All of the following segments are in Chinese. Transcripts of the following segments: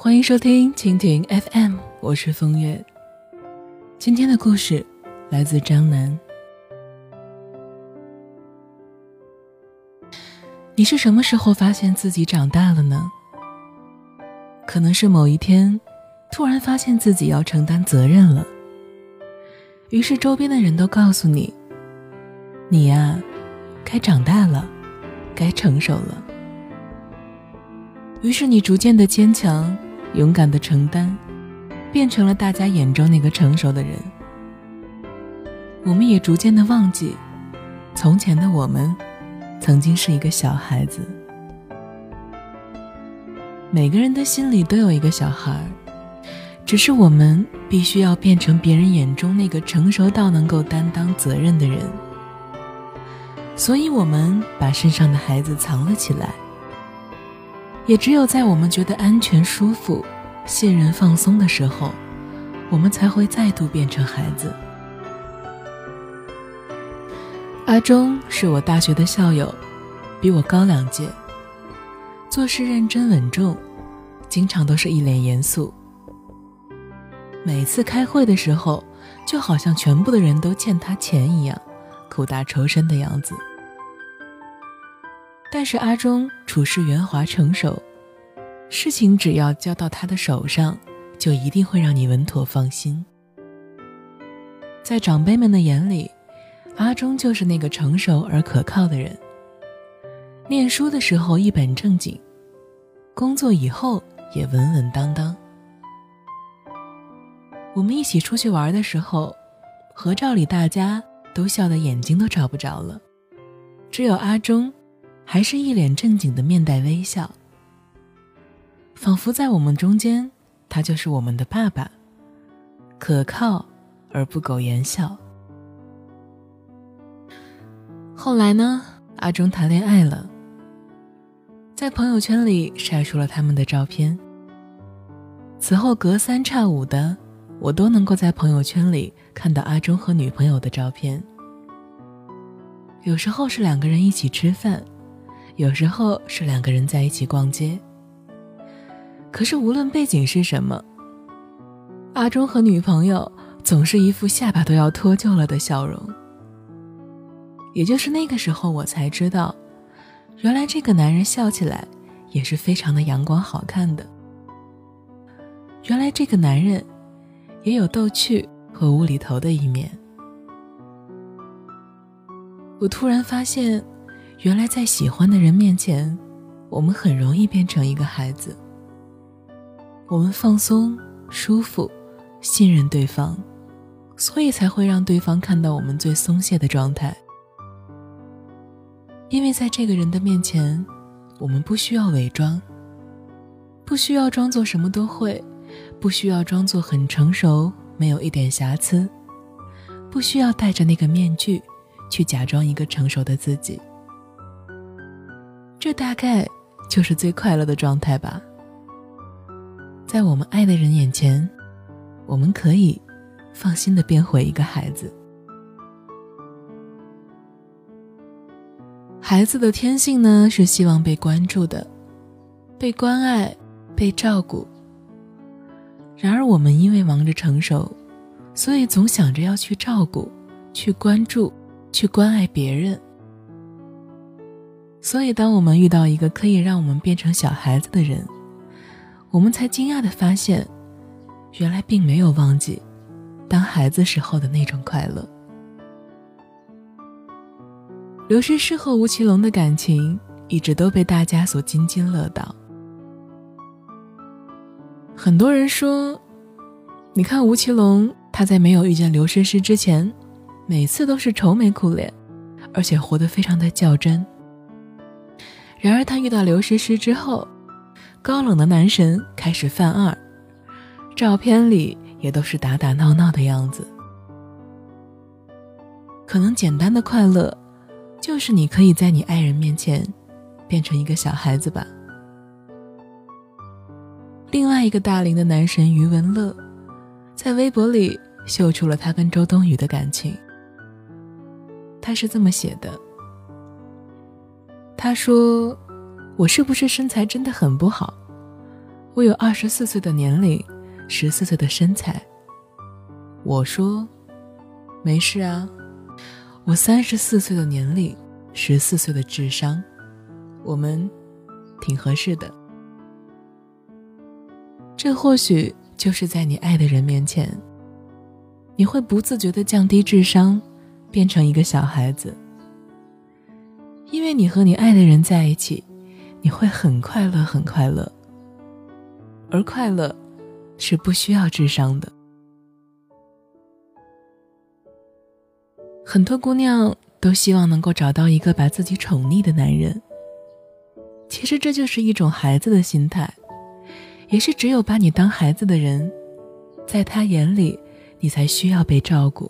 欢迎收听蜻蜓 FM， 我是风月。今天的故事来自张楠。你是什么时候发现自己长大了呢？可能是某一天突然发现自己要承担责任了，于是周边的人都告诉你，你呀，该长大了，该成熟了。于是你逐渐的坚强，勇敢的承担，变成了大家眼中那个成熟的人。我们也逐渐的忘记，从前的我们曾经是一个小孩子。每个人的心里都有一个小孩，只是我们必须要变成别人眼中那个成熟到能够担当责任的人。所以我们把身上的孩子藏了起来，也只有在我们觉得安全、舒服、信任、放松的时候，我们才会再度变成孩子。阿忠是我大学的校友，比我高2届，做事认真稳重，经常都是一脸严肃。每次开会的时候，就好像全部的人都欠他钱一样，苦大仇深的样子。但是阿忠处事圆滑成熟，事情只要交到他的手上，就一定会让你稳妥放心。在长辈们的眼里，阿忠就是那个成熟而可靠的人。念书的时候一本正经，工作以后也稳稳当当。我们一起出去玩的时候，合照里大家都笑得眼睛都找不着了，只有阿忠还是一脸正经的面带微笑，仿佛在我们中间，他就是我们的爸爸，可靠而不苟言笑。后来呢，阿忠谈恋爱了，在朋友圈里晒出了他们的照片。此后隔三差五的，我都能够在朋友圈里看到阿忠和女朋友的照片。有时候是2个人一起吃饭，有时候是2个人在一起逛街。可是无论背景是什么，阿忠和女朋友总是一副下巴都要脱臼了的笑容。也就是那个时候，我才知道，原来这个男人笑起来也是非常的阳光好看的。原来这个男人也有逗趣和无厘头的一面。我突然发现，原来在喜欢的人面前，我们很容易变成一个孩子。我们放松、舒服、信任对方，所以才会让对方看到我们最松懈的状态。因为在这个人的面前，我们不需要伪装，不需要装作什么都会，不需要装作很成熟，没有一点瑕疵，不需要戴着那个面具去假装一个成熟的自己。这大概就是最快乐的状态吧。在我们爱的人眼前，我们可以放心地变回一个孩子。孩子的天性呢，是希望被关注的，被关爱，被照顾。然而我们因为忙着成熟，所以总想着要去照顾，去关注，去关爱别人。所以当我们遇到一个可以让我们变成小孩子的人，我们才惊讶地发现，原来并没有忘记当孩子时候的那种快乐。刘诗诗和吴奇隆的感情一直都被大家所津津乐道。很多人说，你看吴奇隆，他在没有遇见刘诗诗之前，每次都是愁眉苦脸，而且活得非常的较真。然而他遇到刘诗诗之后，高冷的男神开始犯二，照片里也都是打打闹闹的样子。可能简单的快乐，就是你可以在你爱人面前变成一个小孩子吧。另外一个大龄的男神余文乐，在微博里秀出了他跟周冬雨的感情。他是这么写的，他说，我是不是身材真的很不好？ 我有24岁的年龄，14岁的身材。我说没事啊，我34岁的年龄，14岁的智商，我们挺合适的。这或许就是在你爱的人面前，你会不自觉地降低智商，变成一个小孩子。因为你和你爱的人在一起，你会很快乐很快乐，而快乐是不需要智商的。很多姑娘都希望能够找到一个把自己宠溺的男人，其实这就是一种孩子的心态，也是只有把你当孩子的人，在他眼里你才需要被照顾。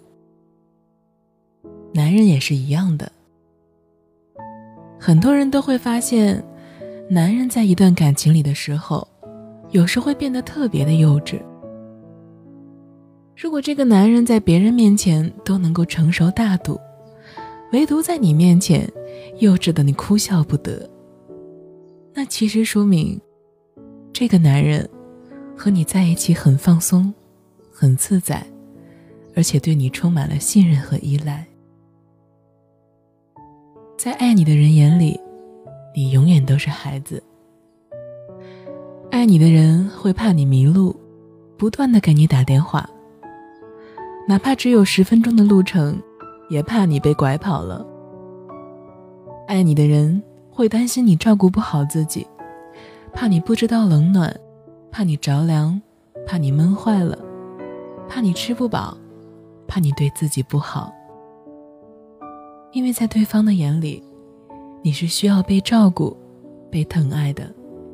男人也是一样的，很多人都会发现，男人在一段感情里的时候，有时会变得特别的幼稚。如果这个男人在别人面前都能够成熟大度，唯独在你面前幼稚的你哭笑不得，那其实说明这个男人和你在一起很放松，很自在，而且对你充满了信任和依赖。在爱你的人眼里，你永远都是孩子。爱你的人会怕你迷路，不断地给你打电话，哪怕只有10分钟的路程，也怕你被拐跑了。爱你的人会担心你照顾不好自己，怕你不知道冷暖，怕你着凉，怕你闷坏了，怕你吃不饱，怕你对自己不好。因为在对方的眼里，你是需要被照顾、被疼爱的。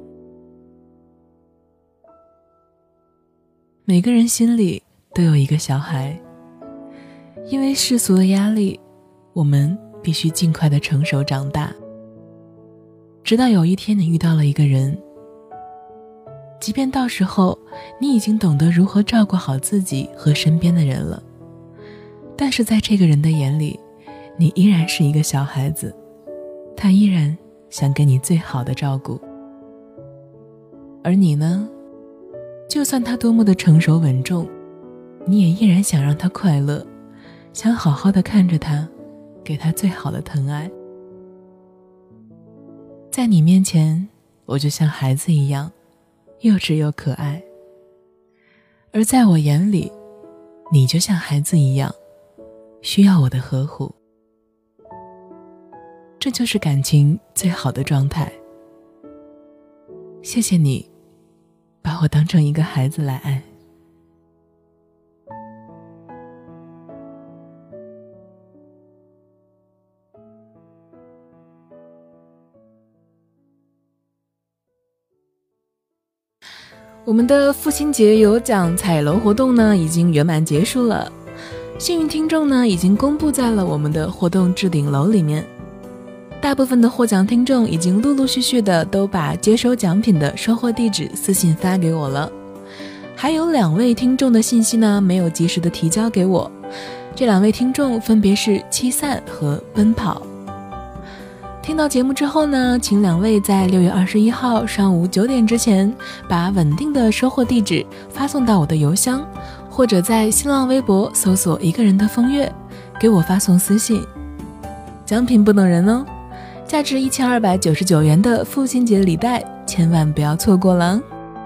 每个人心里都有一个小孩，因为世俗的压力，我们必须尽快地成熟长大。直到有一天你遇到了一个人，即便到时候你已经懂得如何照顾好自己和身边的人了，但是在这个人的眼里，你依然是一个小孩子，他依然想给你最好的照顾。而你呢，就算他多么的成熟稳重，你也依然想让他快乐，想好好的看着他，给他最好的疼爱。在你面前，我就像孩子一样，幼稚又可爱。而在我眼里，你就像孩子一样，需要我的呵护。这就是感情最好的状态。谢谢你，把我当成一个孩子来爱。我们的父亲节有奖彩楼活动呢，已经圆满结束了。幸运听众呢，已经公布在了我们的活动置顶楼里面。大部分的获奖听众已经陆陆续续的都把接收奖品的收货地址私信发给我了，还有2位听众的信息呢没有及时的提交给我。这2位听众分别是七散和奔跑。听到节目之后呢，请2位在6月21号上午9点之前把稳定的收货地址发送到我的邮箱，或者在新浪微博搜索一个人的风月，给我发送私信。奖品不等人哦，价值1299元的父亲节礼袋，千万不要错过了。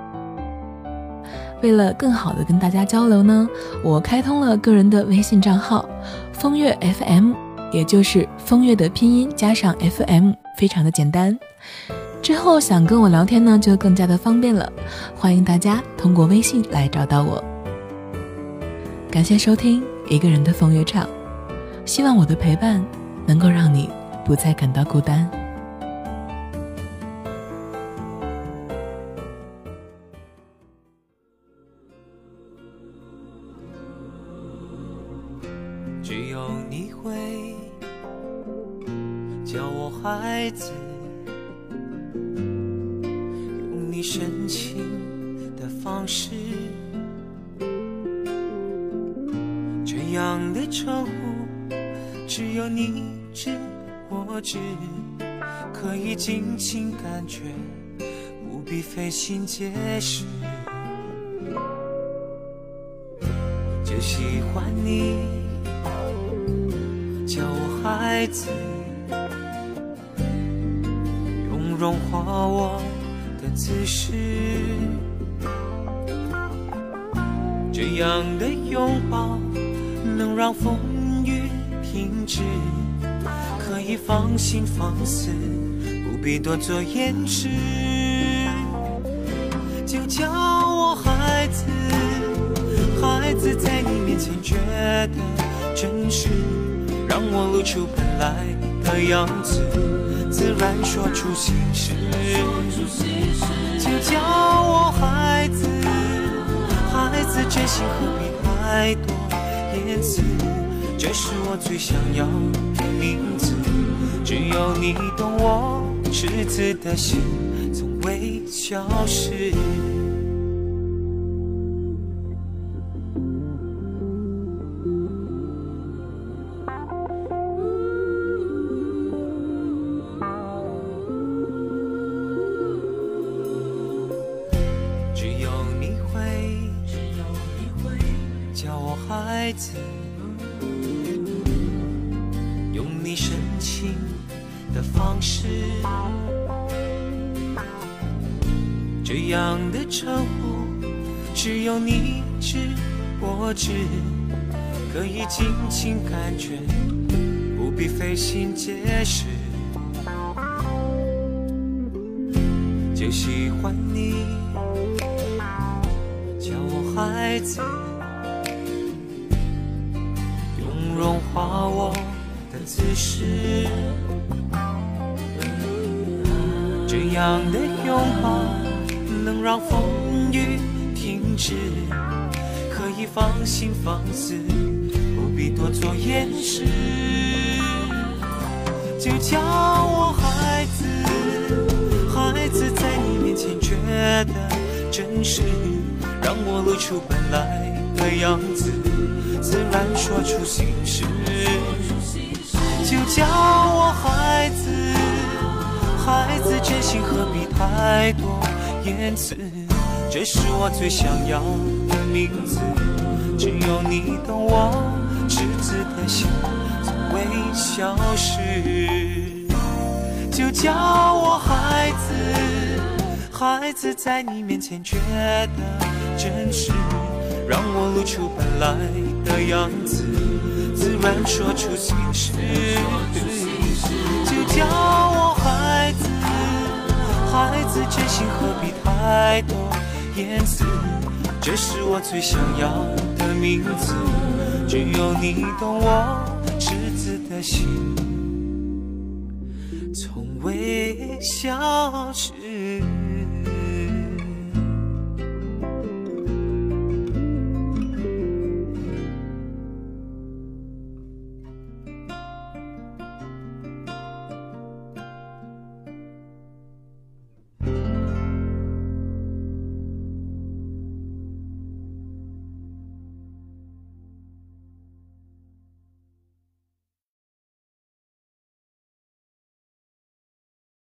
为了更好的跟大家交流呢，我开通了个人的微信账号风月 FM， 也就是风月的拼音加上 FM， 非常的简单。之后想跟我聊天呢，就更加的方便了，欢迎大家通过微信来找到我。感谢收听一个人的风月场，希望我的陪伴能够让你不再感到孤单。 只有你会叫我孩子，用你深情的方式，这样的称呼只有你知我知，可以尽情感觉，不必费心解释。就喜欢你叫我孩子，用融化我的姿势，这样的拥抱能让风雨停止，可以放心放肆，不必多做掩饰。就叫我孩子，孩子在你面前觉得真实，让我露出本来的样子，自然说出心事。就叫我孩子，孩子真心何必太多言辞，这是我最想要的名字，只有你懂我赤子的心从未消失。叫我孩子，用你深情的方式，这样的称呼只有你知我知，可以尽情感觉，不必费心解释。就喜欢你叫我孩子，融化我的姿势，这样的拥抱能让风雨停止，可以放心放肆，不必多做掩饰。就叫我孩子，孩子在你面前觉得真实，让我露出本来的样子，自然说出心事。就叫我孩子，孩子真心何必太多言辞，这是我最想要的名字，只有你懂我赤子的心从未消失。就叫我孩子，孩子在你面前觉得真实，让我露出本来的样子，自然说出心事。就叫我孩子，孩子真心何必太多言辞，这是我最想要的名字，只有你懂我赤子的心从未消失。